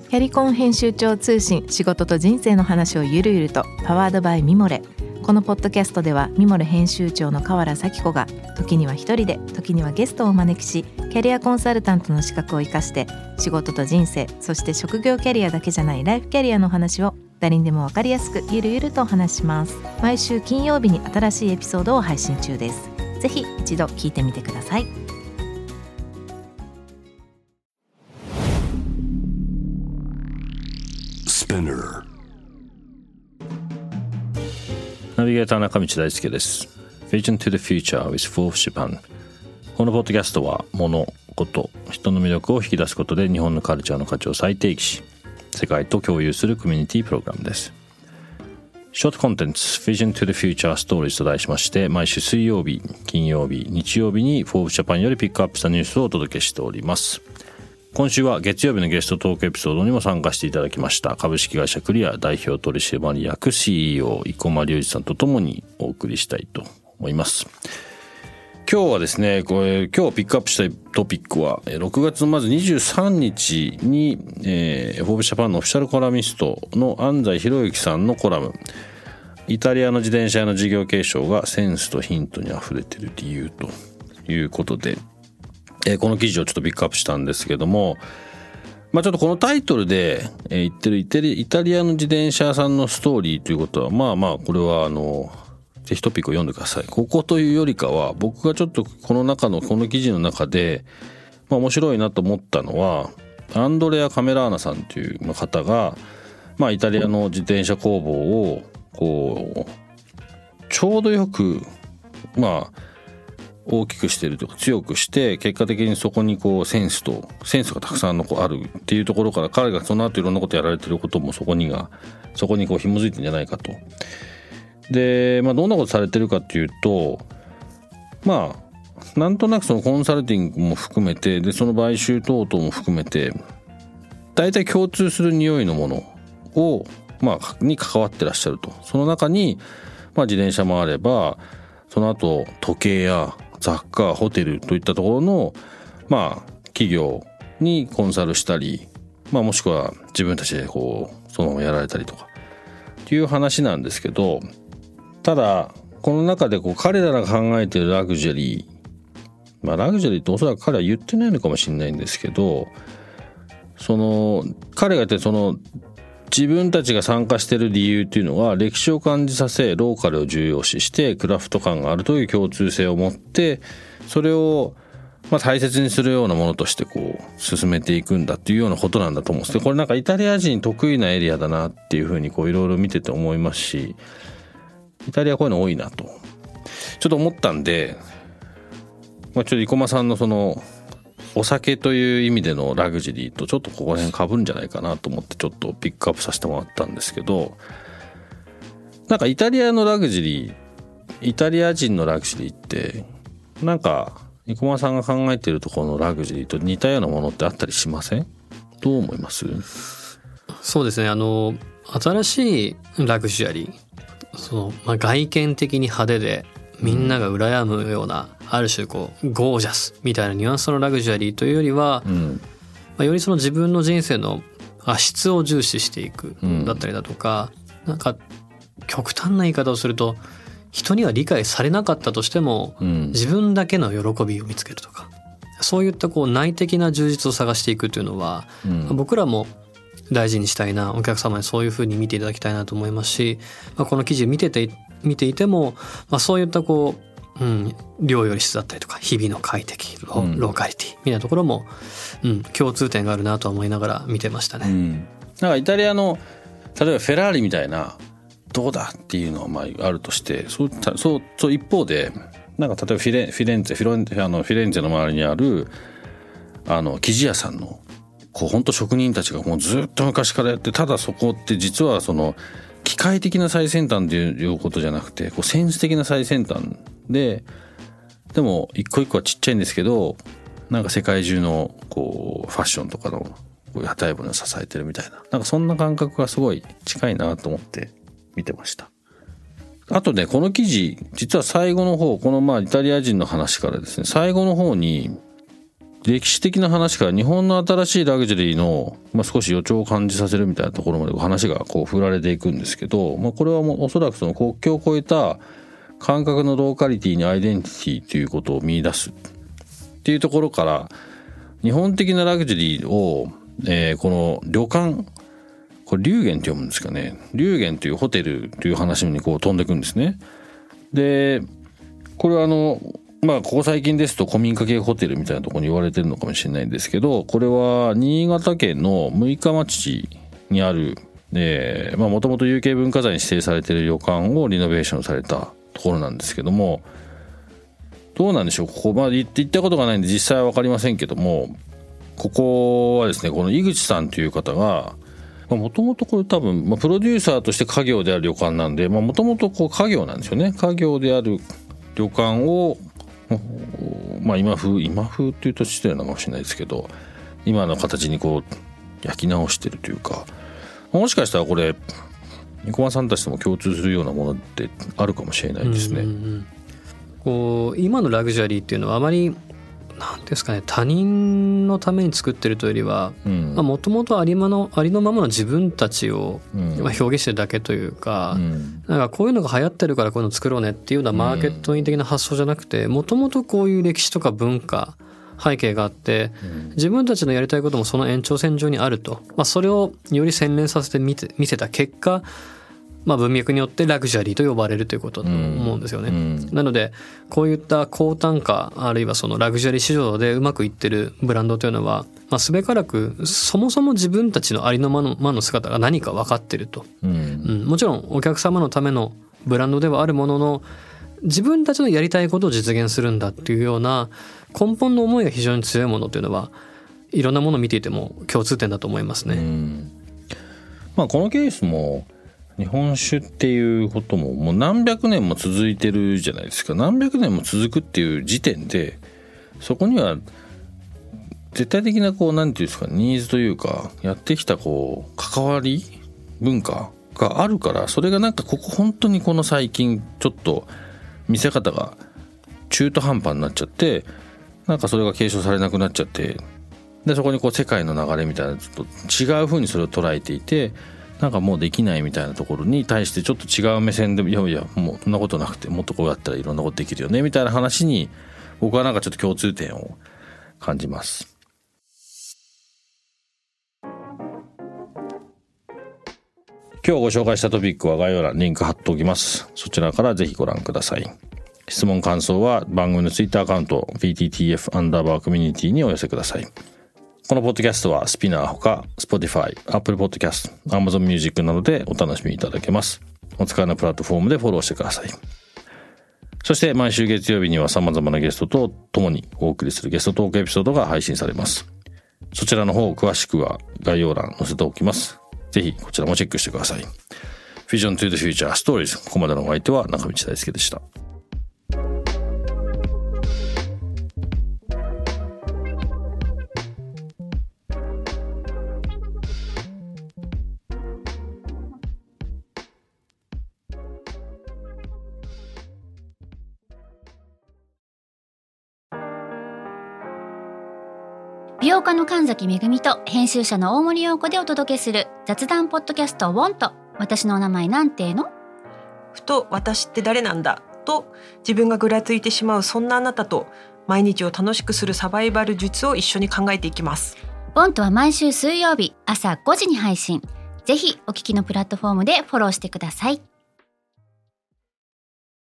キャリコン編集長通信、仕事と人生の話をゆるゆると、パワードバイミモレ。このポッドキャストではミモレ編集長の河原咲子が時には一人で、時にはゲストをお招きし、キャリアコンサルタントの資格を生かして仕事と人生、そして職業キャリアだけじゃないライフキャリアの話を誰にでも分かりやすくゆるゆるとお話します。毎週金曜日に新しいエピソードを配信中です。ぜひ一度聞いてみてください。 ナビゲーター中道大輔です。 Vision to the Future with Forbes Japan。 このポッドキャストは物事人の魅力を引き出すことで日本のカルチャーの価値を再定義し、世界と共有するコミュニティプログラムです。ショートコンテンツ Vision to the Future Stories と題しまして、毎週水曜日、金曜日、日曜日に Forbes Japan よりピックアップしたニュースをお届けしております。今週は月曜日のゲストトークエピソードにも参加していただきました株式会社クリア代表取締役 CEO 生駒隆二さんとともにお送りしたいと思います。今日はですね、今日ピックアップしたいトピックは6月のまず23日にフォーブスジャパンのオフィシャルコラミストの安西博之さんのコラム、イタリアの自転車屋の事業継承がセンスとヒントにあふれている理由ということで、この記事をちょっとピックアップしたんですけども、ちょっとこのタイトルで言ってるイタリアの自転車屋さんのストーリーということは、これはぜひトピックを読んでください。ここというよりかは、僕がちょっとこの記事の中で、面白いなと思ったのは、アンドレア・カメラーナさんという方が、イタリアの自転車工房をちょうどよく大きくしているというか強くして、結果的にそこにセンスがたくさんあるっていうところから、彼がその後いろんなことやられてることもそこに紐づいてんじゃないかと。で、どんなことされてるかっていうと、なんとなくそのコンサルティングも含めて、でその買収等々も含めて、大体共通する匂いのものをに関わってらっしゃると。その中に自転車もあれば、その後時計や雑貨、ホテルといったところの企業にコンサルしたり、もしくは自分たちでそのままやられたりとかっていう話なんですけど、ただこの中で彼らが考えているラグジュアリー、ラグジュアリーっておそらく彼は言ってないのかもしれないんですけど、彼が言って自分たちが参加している理由っていうのは、歴史を感じさせ、ローカルを重要視してクラフト感があるという共通性を持って、それを大切にするようなものとして進めていくんだっていうようなことなんだと思うんです。でこれイタリア人得意なエリアだなっていうふうにいろいろ見てて思いますし、イタリアこういうの多いなとちょっと思ったんで、ちょっと生駒さんのお酒という意味でのラグジュアリーとちょっとここら辺被るんじゃないかなと思ってちょっとピックアップさせてもらったんですけど、イタリアのラグジュアリー、イタリア人のラグジュアリーって生駒さんが考えているところのラグジュアリーと似たようなものってあったりしません？どう思います？ そうですね、新しいラグジュアリー、外見的に派手でみんなが羨むような、ある種ゴージャスみたいなニュアンスのラグジュアリーというよりは、より自分の人生の質を重視していくだったりだとか、極端な言い方をすると、人には理解されなかったとしても、自分だけの喜びを見つけるとか、そういった内的な充実を探していくというのは、僕らも大事にしたいな、お客様にそういうふうに見ていただきたいなと思いますし、この記事を見ていても、そういった量より質だったりとか、日々の快適、ローカリティみたいなところも、共通点があるなと思いながら見てましたね。 イタリアの例えばフェラーリみたいなどうだっていうのはあるとして、そう一方で例えばフィレンツェの周りにある生地屋さんの本当職人たちがもうずっと昔からやって、ただそこって実は機械的な最先端っていうことじゃなくて、センス的な最先端でも一個一個はちっちゃいんですけど、世界中のファッションとかの屋台骨を支えてるみたいな、そんな感覚がすごい近いなと思って見てました。あとね、この記事実は最後の方、イタリア人の話からですね、最後の方に歴史的な話から日本の新しいラグジュアリーの、少し予兆を感じさせるみたいなところまで話がこう振られていくんですけど、これはもうおそらくその国境を越えた感覚のローカリティにアイデンティティということを見出すっていうところから、日本的なラグジュアリーを、この旅館、これ龍玄って読むんですかね、龍玄というホテルという話にこう飛んでいくんですね。でこれはここ最近ですと古民家系ホテルみたいなところに言われてるのかもしれないんですけど、これは新潟県の六日町にあるもともと有形文化財に指定されている旅館をリノベーションされたところなんですけども、どうなんでしょう、ここ行ったことがないんで実際は分かりませんけども、ここはですね、この井口さんという方がもともとこれ多分、プロデューサーとして家業である旅館なんで、もともと家業なんですよね。家業である旅館を今風っていうと失礼なのかもしれないですけど、今の形にこう焼き直してるというか、もしかしたらこれ生駒さんたちとも共通するようなものってあるかもしれないですね。 こう今のラグジュアリーっていうのはあまりなんですかね、他人のために作ってるというよりはもともとありのままの自分たちを表現してるだけというか、なんかこういうのが流行ってるからこういうの作ろうねっていうようなマーケット的な発想じゃなくて、もともとこういう歴史とか文化背景があって、自分たちのやりたいこともその延長線上にあると、それをより洗練させて見せた結果、文脈によってラグジュアリーと呼ばれるということだと思うんですよね。なのでこういった高単価あるいはそのラグジュアリー市場でうまくいってるブランドというのは、すべからくそもそも自分たちのありのまの姿が何か分かってると、もちろんお客様のためのブランドではあるものの、自分たちのやりたいことを実現するんだっていうような根本の思いが非常に強いものというのはいろんなものを見ていても共通点だと思いますね。 このケースも日本酒っていうことももう何百年も続いてるじゃないですか。何百年も続くっていう時点で、そこには絶対的ななんていうんですか、ニーズというか、やってきた関わり文化があるから、それがなんか本当にこの最近ちょっと見せ方が中途半端になっちゃって、なんかそれが継承されなくなっちゃって、でそこに世界の流れみたいなちょっと違う風にそれを捉えていて、なんかもうできないみたいなところに対してちょっと違う目線で、いやもうそんなことなくて、もっとこうやったらいろんなことできるよねみたいな話に、僕はなんかちょっと共通点を感じます。今日ご紹介したトピックは概要欄にリンク貼っておきます。そちらからぜひご覧ください。質問感想は番組のツイッターアカウント PTTF_community にお寄せください。このポッドキャストはスピナーほか Spotify、Apple Podcast、Amazon Music などでお楽しみいただけます。お使いのプラットフォームでフォローしてください。そして毎週月曜日には様々なゲストと共にお送りするゲストトークエピソードが配信されます。そちらの方詳しくは概要欄載せておきます。ぜひこちらもチェックしてください。Vision to the Future Stories、ここまでのお相手は中道大輔でした。 美容家の神崎めぐみと編集者の大森洋子でお届けする雑談ポッドキャストウォンと、私のお名前なんていうの？ ふと私って誰なんだと自分がぐらついてしまう、そんなあなたと毎日を楽しくするサバイバル術を一緒に考えていきます。 ウォンとは毎週水曜日朝5時に配信。ぜひお聞きのプラットフォームでフォローしてください。